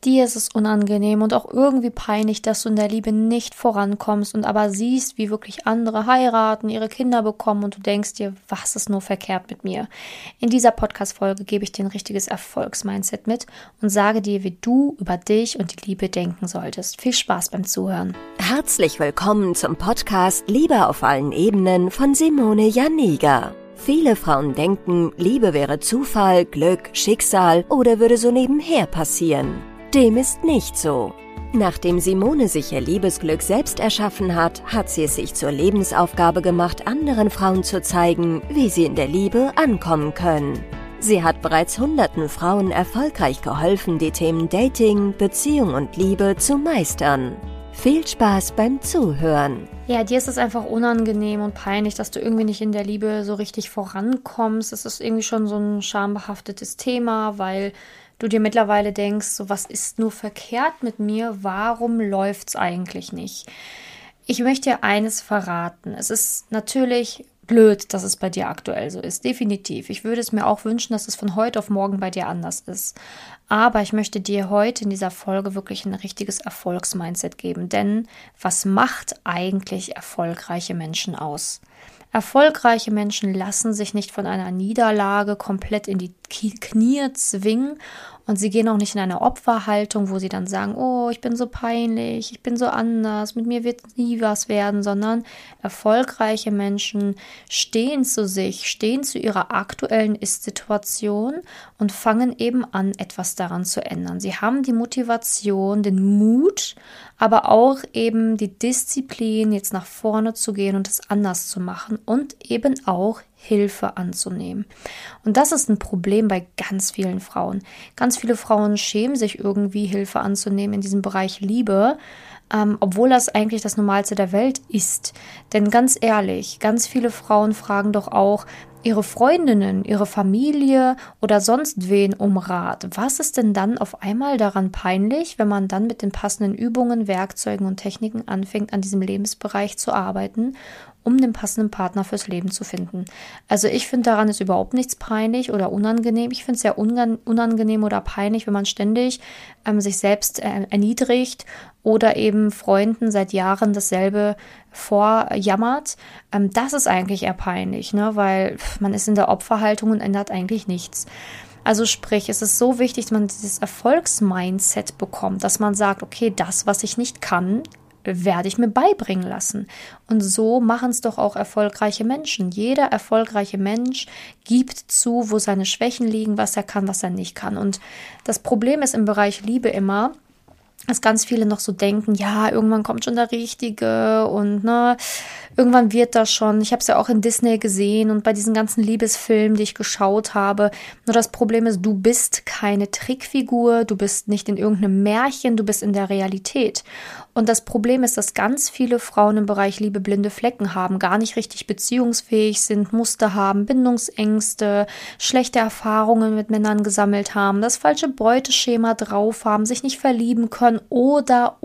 Dir ist es unangenehm und auch irgendwie peinlich, dass du in der Liebe nicht vorankommst und aber siehst, wie wirklich andere heiraten, ihre Kinder bekommen und du denkst dir, was ist nur verkehrt mit mir? In dieser Podcast-Folge gebe ich dir ein richtiges Erfolgsmindset mit und sage dir, wie du über dich und die Liebe denken solltest. Viel Spaß beim Zuhören. Herzlich willkommen zum Podcast Liebe auf allen Ebenen von Simone Janiga. Viele Frauen denken, Liebe wäre Zufall, Glück, Schicksal oder würde so nebenher passieren. Dem ist nicht so. Nachdem Simone sich ihr Liebesglück selbst erschaffen hat, hat sie es sich zur Lebensaufgabe gemacht, anderen Frauen zu zeigen, wie sie in der Liebe ankommen können. Sie hat bereits hunderten Frauen erfolgreich geholfen, die Themen Dating, Beziehung und Liebe zu meistern. Viel Spaß beim Zuhören. Ja, dir ist es einfach unangenehm und peinlich, dass du irgendwie nicht in der Liebe so richtig vorankommst. Es ist irgendwie schon so ein schambehaftetes Thema, weil du dir mittlerweile denkst, so was ist nur verkehrt mit mir? Warum läuft's eigentlich nicht? Ich möchte dir eines verraten. Es ist natürlich blöd, dass es bei dir aktuell so ist. Definitiv. Ich würde es mir auch wünschen, dass es von heute auf morgen bei dir anders ist. Aber ich möchte dir heute in dieser Folge wirklich ein richtiges Erfolgsmindset geben. Denn was macht eigentlich erfolgreiche Menschen aus? Erfolgreiche Menschen lassen sich nicht von einer Niederlage komplett in die Knie zwingen und sie gehen auch nicht in eine Opferhaltung, wo sie dann sagen, oh, ich bin so peinlich, ich bin so anders, mit mir wird nie was werden, sondern erfolgreiche Menschen stehen zu sich, stehen zu ihrer aktuellen Ist-Situation und fangen eben an, etwas daran zu ändern. Sie haben die Motivation, den Mut, aber auch eben die Disziplin, jetzt nach vorne zu gehen und es anders zu machen und eben auch Hilfe anzunehmen. Und das ist ein Problem bei ganz vielen Frauen. Ganz viele Frauen schämen sich irgendwie, Hilfe anzunehmen in diesem Bereich Liebe, obwohl das eigentlich das Normalste der Welt ist. Denn ganz ehrlich, ganz viele Frauen fragen doch auch ihre Freundinnen, ihre Familie oder sonst wen um Rat. Was ist denn dann auf einmal daran peinlich, wenn man dann mit den passenden Übungen, Werkzeugen und Techniken anfängt, an diesem Lebensbereich zu arbeiten, um den passenden Partner fürs Leben zu finden? Also ich finde, daran ist überhaupt nichts peinlich oder unangenehm. Ich finde es sehr unangenehm oder peinlich, wenn man ständig sich selbst erniedrigt oder eben Freunden seit Jahren dasselbe vorjammert. Das ist eigentlich eher peinlich, ne? Weil man ist in der Opferhaltung und ändert eigentlich nichts. Also sprich, es ist so wichtig, dass man dieses Erfolgsmindset bekommt, dass man sagt, okay, das, was ich nicht kann, werde ich mir beibringen lassen. Und so machen es doch auch erfolgreiche Menschen. Jeder erfolgreiche Mensch gibt zu, wo seine Schwächen liegen, was er kann, was er nicht kann. Und das Problem ist im Bereich Liebe immer, dass ganz viele noch so denken, ja, irgendwann kommt schon der Richtige und ne, irgendwann wird das schon. Ich habe es ja auch in Disney gesehen und bei diesen ganzen Liebesfilmen, die ich geschaut habe. Nur das Problem ist, du bist keine Trickfigur, du bist nicht in irgendeinem Märchen, du bist in der Realität. Und das Problem ist, dass ganz viele Frauen im Bereich Liebe blinde Flecken haben, gar nicht richtig beziehungsfähig sind, Muster haben, Bindungsängste, schlechte Erfahrungen mit Männern gesammelt haben, das falsche Beuteschema drauf haben, sich nicht verlieben können oder.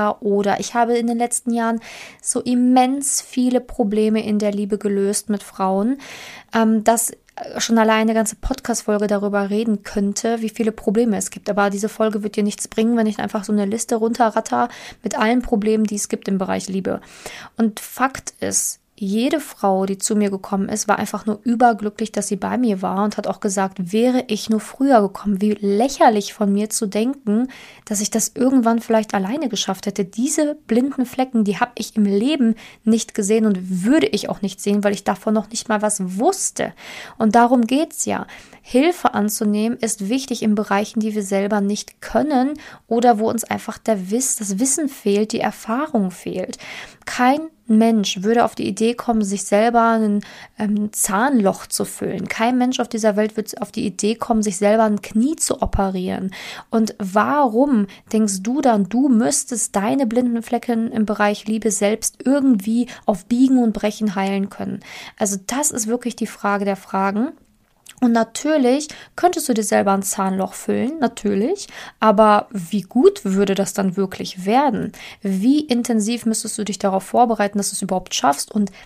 Ich habe in den letzten Jahren so immens viele Probleme in der Liebe gelöst mit Frauen, dass schon alleine eine ganze Podcast-Folge darüber reden könnte, wie viele Probleme es gibt. Aber diese Folge wird dir nichts bringen, wenn ich einfach so eine Liste runterratter mit allen Problemen, die es gibt im Bereich Liebe. Und Fakt ist, jede Frau, die zu mir gekommen ist, war einfach nur überglücklich, dass sie bei mir war und hat auch gesagt, wäre ich nur früher gekommen, wie lächerlich von mir zu denken, dass ich das irgendwann vielleicht alleine geschafft hätte. Diese blinden Flecken, die habe ich im Leben nicht gesehen und würde ich auch nicht sehen, weil ich davon noch nicht mal was wusste. Und darum geht's ja. Hilfe anzunehmen ist wichtig in Bereichen, die wir selber nicht können oder wo uns einfach das Wissen fehlt, die Erfahrung fehlt. Kein Mensch würde auf die Idee kommen, sich selber ein Zahnloch zu füllen. Kein Mensch auf dieser Welt wird auf die Idee kommen, sich selber ein Knie zu operieren. Und warum denkst du dann, du müsstest deine blinden Flecken im Bereich Liebe selbst irgendwie auf Biegen und Brechen heilen können? Also das ist wirklich die Frage der Fragen. Und natürlich könntest du dir selber ein Zahnloch füllen, natürlich, aber wie gut würde das dann wirklich werden? Wie intensiv müsstest du dich darauf vorbereiten, dass du es überhaupt schaffst? Und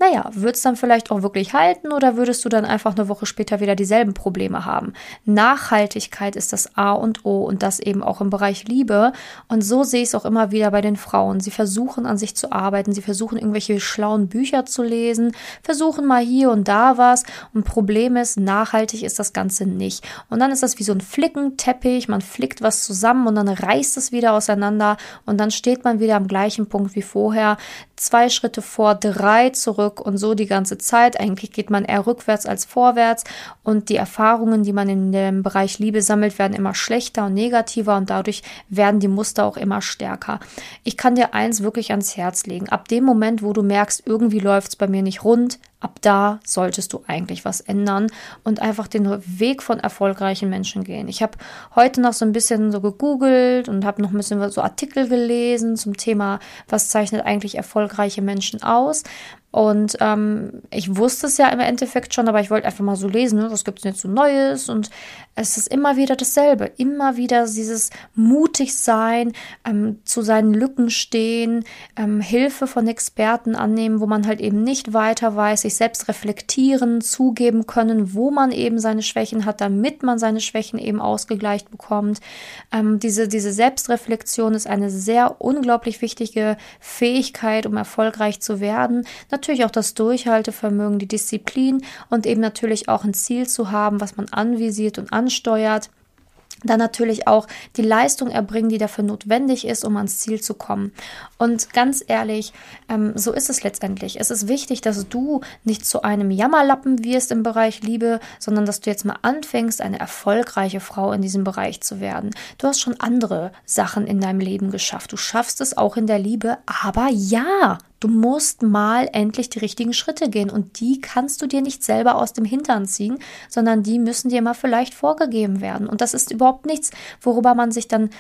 wird es dann vielleicht auch wirklich halten oder würdest du dann einfach eine Woche später wieder dieselben Probleme haben? Nachhaltigkeit ist das A und O und das eben auch im Bereich Liebe. Und so sehe ich es auch immer wieder bei den Frauen. Sie versuchen an sich zu arbeiten, sie versuchen irgendwelche schlauen Bücher zu lesen, versuchen mal hier und da was. Und Problem ist, nachhaltig ist das Ganze nicht. Und dann ist das wie so ein Flickenteppich, man flickt was zusammen und dann reißt es wieder auseinander und dann steht man wieder am gleichen Punkt wie vorher. 2 Schritte vor, 3 zurück und so die ganze Zeit. Eigentlich geht man eher rückwärts als vorwärts und die Erfahrungen, die man in dem Bereich Liebe sammelt, werden immer schlechter und negativer und dadurch werden die Muster auch immer stärker. Ich kann dir eins wirklich ans Herz legen. Ab dem Moment, wo du merkst, irgendwie läuft es bei mir nicht rund, ab da solltest du eigentlich was ändern und einfach den Weg von erfolgreichen Menschen gehen. Ich habe heute noch so ein bisschen so gegoogelt und habe noch ein bisschen so Artikel gelesen zum Thema, was zeichnet eigentlich erfolgreiche Menschen aus. Und ich wusste es ja im Endeffekt schon, aber ich wollte einfach mal so lesen, ne? Was gibt es denn jetzt so Neues? Und es ist immer wieder dasselbe. Immer wieder dieses mutig sein, zu seinen Lücken stehen, Hilfe von Experten annehmen, wo man halt eben nicht weiter weiß, sich selbst reflektieren, zugeben können, wo man eben seine Schwächen hat, damit man seine Schwächen eben ausgegleicht bekommt. Diese Selbstreflexion ist eine sehr unglaublich wichtige Fähigkeit, um erfolgreich zu werden. Natürlich auch das Durchhaltevermögen, die Disziplin und eben natürlich auch ein Ziel zu haben, was man anvisiert und ansteuert. Dann natürlich auch die Leistung erbringen, die dafür notwendig ist, um ans Ziel zu kommen. Und ganz ehrlich, so ist es letztendlich. Es ist wichtig, dass du nicht zu einem Jammerlappen wirst im Bereich Liebe, sondern dass du jetzt mal anfängst, eine erfolgreiche Frau in diesem Bereich zu werden. Du hast schon andere Sachen in deinem Leben geschafft. Du schaffst es auch in der Liebe, aber ja, du musst mal endlich die richtigen Schritte gehen und die kannst du dir nicht selber aus dem Hintern ziehen, sondern die müssen dir mal vielleicht vorgegeben werden. Und das ist überhaupt nichts, worüber man sich dann,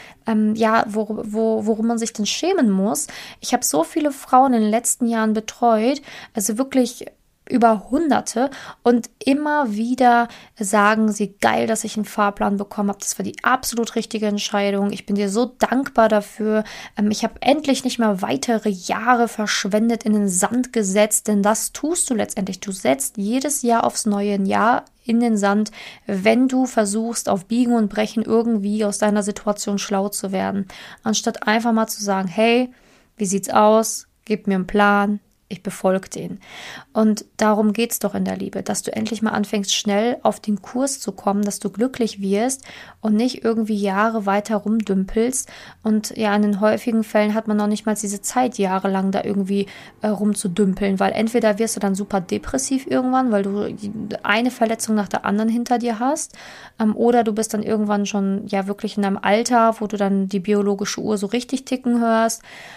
worum man sich dann schämen muss. Ich habe so viele Frauen in den letzten Jahren betreut, also wirklich über Hunderte und immer wieder sagen sie, geil, dass ich einen Fahrplan bekommen habe. Das war die absolut richtige Entscheidung. Ich bin dir so dankbar dafür. Ich habe endlich nicht mehr weitere Jahre verschwendet, in den Sand gesetzt, denn das tust du letztendlich. Du setzt jedes Jahr aufs neue Jahr in den Sand, wenn du versuchst, auf Biegen und Brechen irgendwie aus deiner Situation schlau zu werden. Anstatt einfach mal zu sagen, hey, wie sieht's aus? Gib mir einen Plan. Ich befolge den. Und darum geht es doch in der Liebe, dass du endlich mal anfängst, schnell auf den Kurs zu kommen, dass du glücklich wirst und nicht irgendwie Jahre weiter rumdümpelst. Und ja, in den häufigen Fällen hat man noch nicht mal diese Zeit, jahrelang da irgendwie rumzudümpeln, weil entweder wirst du dann super depressiv irgendwann, weil du eine Verletzung nach der anderen hinter dir hast, oder du bist dann irgendwann schon ja wirklich in einem Alter, wo du dann die biologische Uhr so richtig ticken hörst.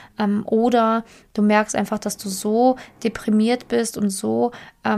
Oder du merkst einfach, dass du so deprimiert bist und so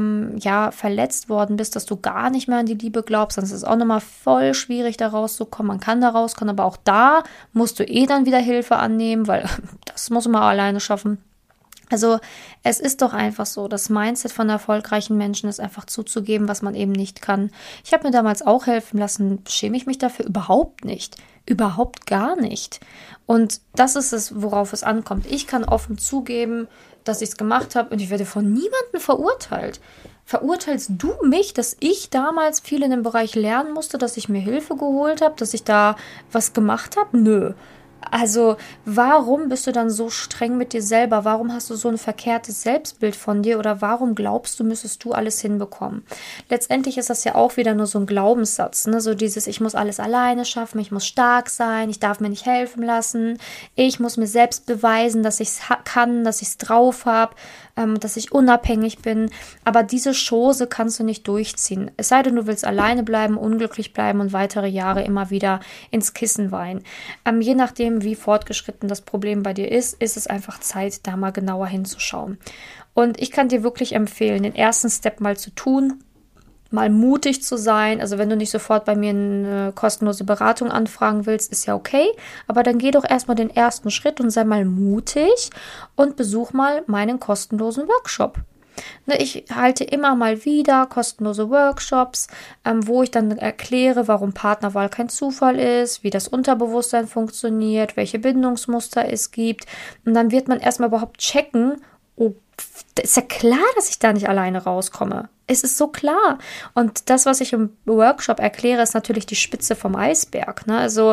verletzt worden bist, dass du gar nicht mehr an die Liebe glaubst. Dann ist es auch nochmal voll schwierig, da rauszukommen. Man kann da rauskommen, aber auch da musst du dann wieder Hilfe annehmen, weil das muss man alleine schaffen. Also es ist doch einfach so, das Mindset von erfolgreichen Menschen ist einfach zuzugeben, was man eben nicht kann. Ich habe mir damals auch helfen lassen, schäme ich mich dafür überhaupt nicht. Überhaupt gar nicht. Und das ist es, worauf es ankommt. Ich kann offen zugeben, dass ich es gemacht habe und ich werde von niemandem verurteilt. Verurteilst du mich, dass ich damals viel in dem Bereich lernen musste, dass ich mir Hilfe geholt habe, dass ich da was gemacht habe? Nö. Also, warum bist du dann so streng mit dir selber? Warum hast du so ein verkehrtes Selbstbild von dir? Oder warum glaubst du, müsstest du alles hinbekommen? Letztendlich ist das ja auch wieder nur so ein Glaubenssatz, ne? So dieses, ich muss alles alleine schaffen, ich muss stark sein, ich darf mir nicht helfen lassen, ich muss mir selbst beweisen, dass ich es kann, dass ich es drauf habe, dass ich unabhängig bin. Aber diese Chose kannst du nicht durchziehen. Es sei denn, du willst alleine bleiben, unglücklich bleiben und weitere Jahre immer wieder ins Kissen weinen. Je nachdem, wie fortgeschritten das Problem bei dir ist es einfach Zeit, da mal genauer hinzuschauen. Und ich kann dir wirklich empfehlen, den ersten Step mal zu tun, mal mutig zu sein. Also wenn du nicht sofort bei mir eine kostenlose Beratung anfragen willst, ist ja okay. Aber dann geh doch erstmal den ersten Schritt und sei mal mutig und besuch mal meinen kostenlosen Workshop. Ich halte immer mal wieder kostenlose Workshops, wo ich dann erkläre, warum Partnerwahl kein Zufall ist, wie das Unterbewusstsein funktioniert, welche Bindungsmuster es gibt. Und dann wird man erstmal überhaupt checken, oh, ist ja klar, dass ich da nicht alleine rauskomme. Es ist so klar. Und das, was ich im Workshop erkläre, ist natürlich die Spitze vom Eisberg. Ne? Also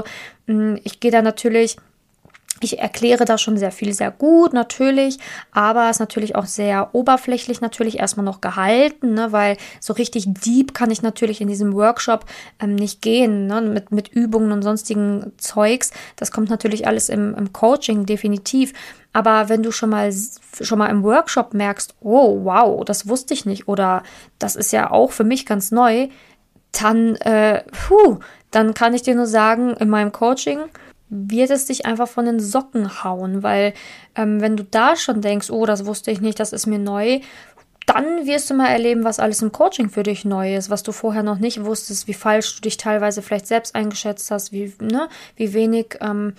ich erkläre da schon sehr viel, sehr gut natürlich, aber es ist natürlich auch sehr oberflächlich natürlich erstmal noch gehalten, ne, weil so richtig deep kann ich natürlich in diesem Workshop nicht gehen, ne, mit Übungen und sonstigen Zeugs. Das kommt natürlich alles im Coaching definitiv. Aber wenn du schon mal im Workshop merkst, oh wow, das wusste ich nicht oder das ist ja auch für mich ganz neu, dann kann ich dir nur sagen, in meinem Coaching wird es dich einfach von den Socken hauen, weil wenn du da schon denkst, oh, das wusste ich nicht, das ist mir neu, dann wirst du mal erleben, was alles im Coaching für dich neu ist, was du vorher noch nicht wusstest, wie falsch du dich teilweise vielleicht selbst eingeschätzt hast, wie wenig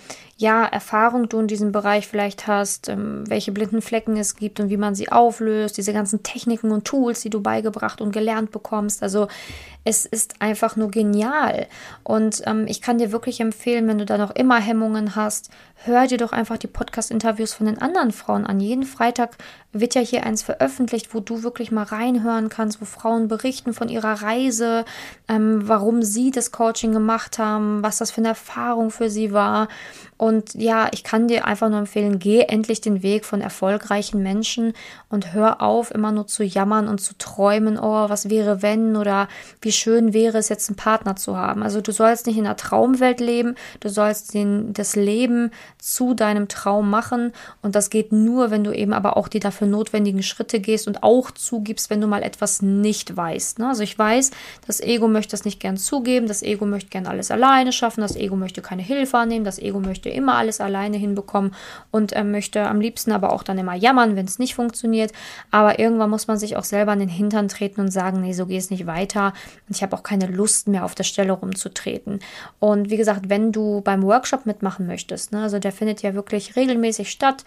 Erfahrung du in diesem Bereich vielleicht hast, welche blinden Flecken es gibt und wie man sie auflöst, diese ganzen Techniken und Tools, die du beigebracht und gelernt bekommst. Also es ist einfach nur genial. Und ich kann dir wirklich empfehlen, wenn du da noch immer Hemmungen hast, hör dir doch einfach die Podcast-Interviews von den anderen Frauen an. Jeden Freitag wird ja hier eins veröffentlicht, wo du wirklich mal reinhören kannst, wo Frauen berichten von ihrer Reise, warum sie das Coaching gemacht haben, was das für eine Erfahrung für sie war. Und ja, ich kann dir einfach nur empfehlen, geh endlich den Weg von erfolgreichen Menschen und hör auf, immer nur zu jammern und zu träumen, oh, was wäre wenn oder wie schön wäre es jetzt, einen Partner zu haben. Also du sollst nicht in einer Traumwelt leben, du sollst das Leben zu deinem Traum machen und das geht nur, wenn du eben aber auch die dafür notwendigen Schritte gehst und auch zugibst, wenn du mal etwas nicht weißt. Ne? Also ich weiß, das Ego möchte das nicht gern zugeben, das Ego möchte gern alles alleine schaffen, das Ego möchte keine Hilfe annehmen, das Ego möchte immer alles alleine hinbekommen und möchte am liebsten aber auch dann immer jammern, wenn es nicht funktioniert. Aber irgendwann muss man sich auch selber an den Hintern treten und sagen, nee, so geht es nicht weiter und ich habe auch keine Lust mehr, auf der Stelle rumzutreten. Und wie gesagt, wenn du beim Workshop mitmachen möchtest, ne, also der findet ja wirklich regelmäßig statt,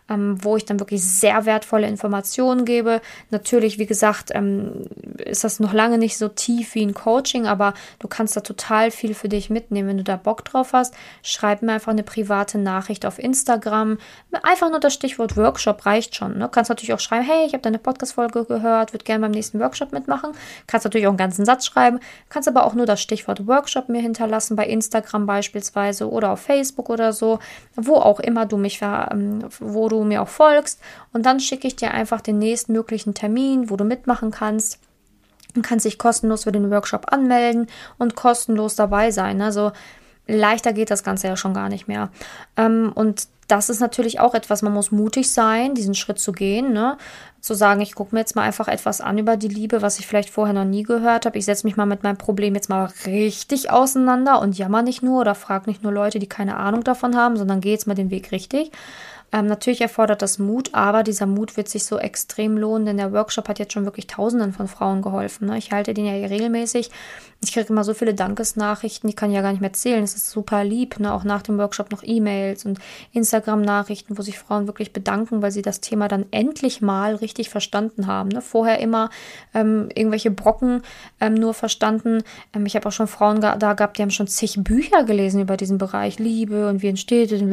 wo ich dann wirklich sehr wertvolle Informationen gebe. Natürlich, wie gesagt, ist das noch lange nicht so tief wie ein Coaching, aber du kannst da total viel für dich mitnehmen. Wenn du da Bock drauf hast, schreib mir einfach eine private Nachricht auf Instagram. Einfach nur das Stichwort Workshop reicht schon. Ne? Kannst natürlich auch schreiben, hey, ich habe deine Podcast-Folge gehört, würde gerne beim nächsten Workshop mitmachen. Kannst natürlich auch einen ganzen Satz schreiben, kannst aber auch nur das Stichwort Workshop mir hinterlassen, bei Instagram beispielsweise oder auf Facebook oder so, wo auch immer wo du mir auch folgst. Und dann schicke ich dir einfach den nächstmöglichen Termin, wo du mitmachen kannst. Du kannst dich kostenlos für den Workshop anmelden und kostenlos dabei sein. Also leichter geht das Ganze ja schon gar nicht mehr. Und das ist natürlich auch etwas, man muss mutig sein, diesen Schritt zu gehen, ne? Zu sagen, ich gucke mir jetzt mal einfach etwas an über die Liebe, was ich vielleicht vorher noch nie gehört habe. Ich setze mich mal mit meinem Problem jetzt mal richtig auseinander und jammer nicht nur oder frage nicht nur Leute, die keine Ahnung davon haben, sondern gehe jetzt mal den Weg richtig. Natürlich erfordert das Mut, aber dieser Mut wird sich so extrem lohnen, denn der Workshop hat jetzt schon wirklich Tausenden von Frauen geholfen. Ne? Ich halte den ja regelmäßig. Ich kriege immer so viele Dankesnachrichten, die kann ich ja gar nicht mehr zählen. Es ist super lieb, ne? Auch nach dem Workshop noch E-Mails und Instagram-Nachrichten, wo sich Frauen wirklich bedanken, weil sie das Thema dann endlich mal richtig verstanden haben. Ne? Vorher immer irgendwelche Brocken nur verstanden. Ich habe auch schon Frauen da gehabt, die haben schon zig Bücher gelesen über diesen Bereich Liebe und wie entsteht es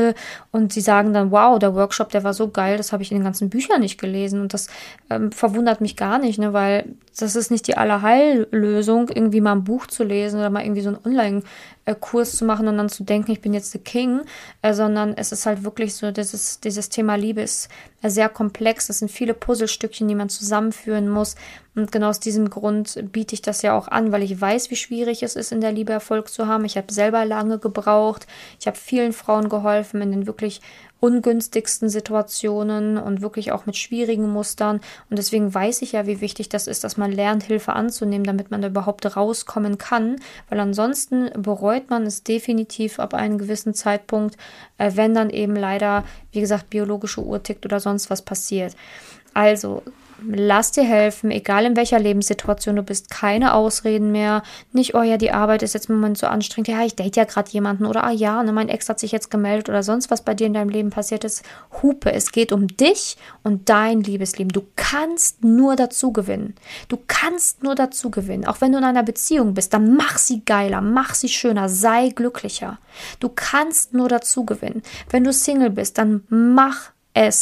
und sie sagen dann, wow, der Workshop, der war so geil, das habe ich in den ganzen Büchern nicht gelesen und das verwundert mich gar nicht, ne, weil das ist nicht die Allerheillösung, irgendwie mal ein Buch zu lesen oder mal irgendwie so einen Online-Kurs zu machen und dann zu denken, ich bin jetzt the King, sondern es ist halt wirklich so, dieses Thema Liebe ist sehr komplex, es sind viele Puzzlestückchen, die man zusammenführen muss und genau aus diesem Grund biete ich das ja auch an, weil ich weiß, wie schwierig es ist, in der Liebe Erfolg zu haben. Ich habe selber lange gebraucht, ich habe vielen Frauen geholfen in den wirklich ungünstigsten Situationen und wirklich auch mit schwierigen Mustern. Und deswegen weiß ich ja, wie wichtig das ist, dass man lernt, Hilfe anzunehmen, damit man da überhaupt rauskommen kann. Weil ansonsten bereut man es definitiv ab einem gewissen Zeitpunkt, wenn dann eben leider, wie gesagt, biologische Uhr tickt oder sonst was passiert. Also, lass dir helfen, egal in welcher Lebenssituation du bist, keine Ausreden mehr. Nicht, oh ja, die Arbeit ist jetzt im Moment so anstrengend, ja, ich date ja gerade jemanden oder ja, ne, mein Ex hat sich jetzt gemeldet oder sonst was bei dir in deinem Leben passiert ist. Hupe, es geht um dich und dein Liebesleben. Du kannst nur dazu gewinnen. Du kannst nur dazu gewinnen. Auch wenn du in einer Beziehung bist, dann mach sie geiler, mach sie schöner, sei glücklicher. Du kannst nur dazu gewinnen. Wenn du Single bist, dann mach es.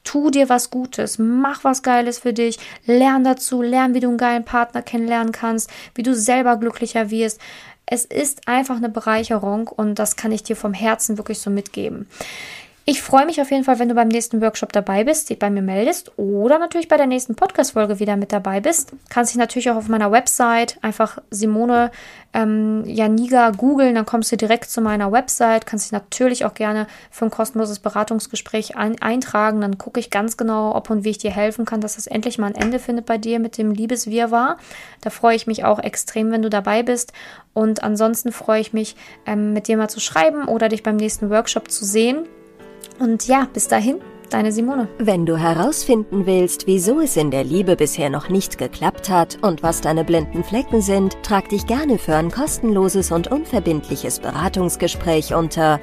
Tu dir was Gutes, mach was Geiles für dich, lern dazu, lern, wie du einen geilen Partner kennenlernen kannst, wie du selber glücklicher wirst. Es ist einfach eine Bereicherung und das kann ich dir vom Herzen wirklich so mitgeben. Ich freue mich auf jeden Fall, wenn du beim nächsten Workshop dabei bist, dich bei mir meldest oder natürlich bei der nächsten Podcast-Folge wieder mit dabei bist. Kannst dich natürlich auch auf meiner Website einfach Simone Janiga googeln, dann kommst du direkt zu meiner Website. Kannst dich natürlich auch gerne für ein kostenloses Beratungsgespräch eintragen. Dann gucke ich ganz genau, ob und wie ich dir helfen kann, dass das endlich mal ein Ende findet bei dir mit dem Liebeswirrwarr. Da freue ich mich auch extrem, wenn du dabei bist. Und ansonsten freue ich mich, mit dir mal zu schreiben oder dich beim nächsten Workshop zu sehen. Und ja, bis dahin, deine Simone. Wenn du herausfinden willst, wieso es in der Liebe bisher noch nicht geklappt hat und was deine blinden Flecken sind, trag dich gerne für ein kostenloses und unverbindliches Beratungsgespräch unter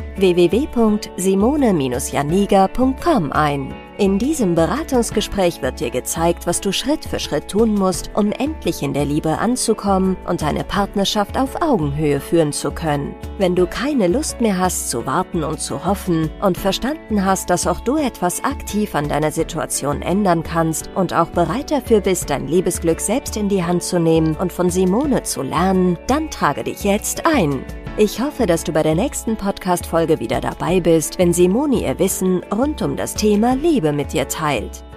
www.simone-janiga.com ein. In diesem Beratungsgespräch wird dir gezeigt, was du Schritt für Schritt tun musst, um endlich in der Liebe anzukommen und deine Partnerschaft auf Augenhöhe führen zu können. Wenn du keine Lust mehr hast zu warten und zu hoffen und verstanden hast, dass auch du etwas aktiv an deiner Situation ändern kannst und auch bereit dafür bist, dein Liebesglück selbst in die Hand zu nehmen und von Simone zu lernen, dann trage dich jetzt ein. Ich hoffe, dass du bei der nächsten Podcast-Folge wieder dabei bist, wenn Simone ihr Wissen rund um das Thema Liebe mit dir teilt.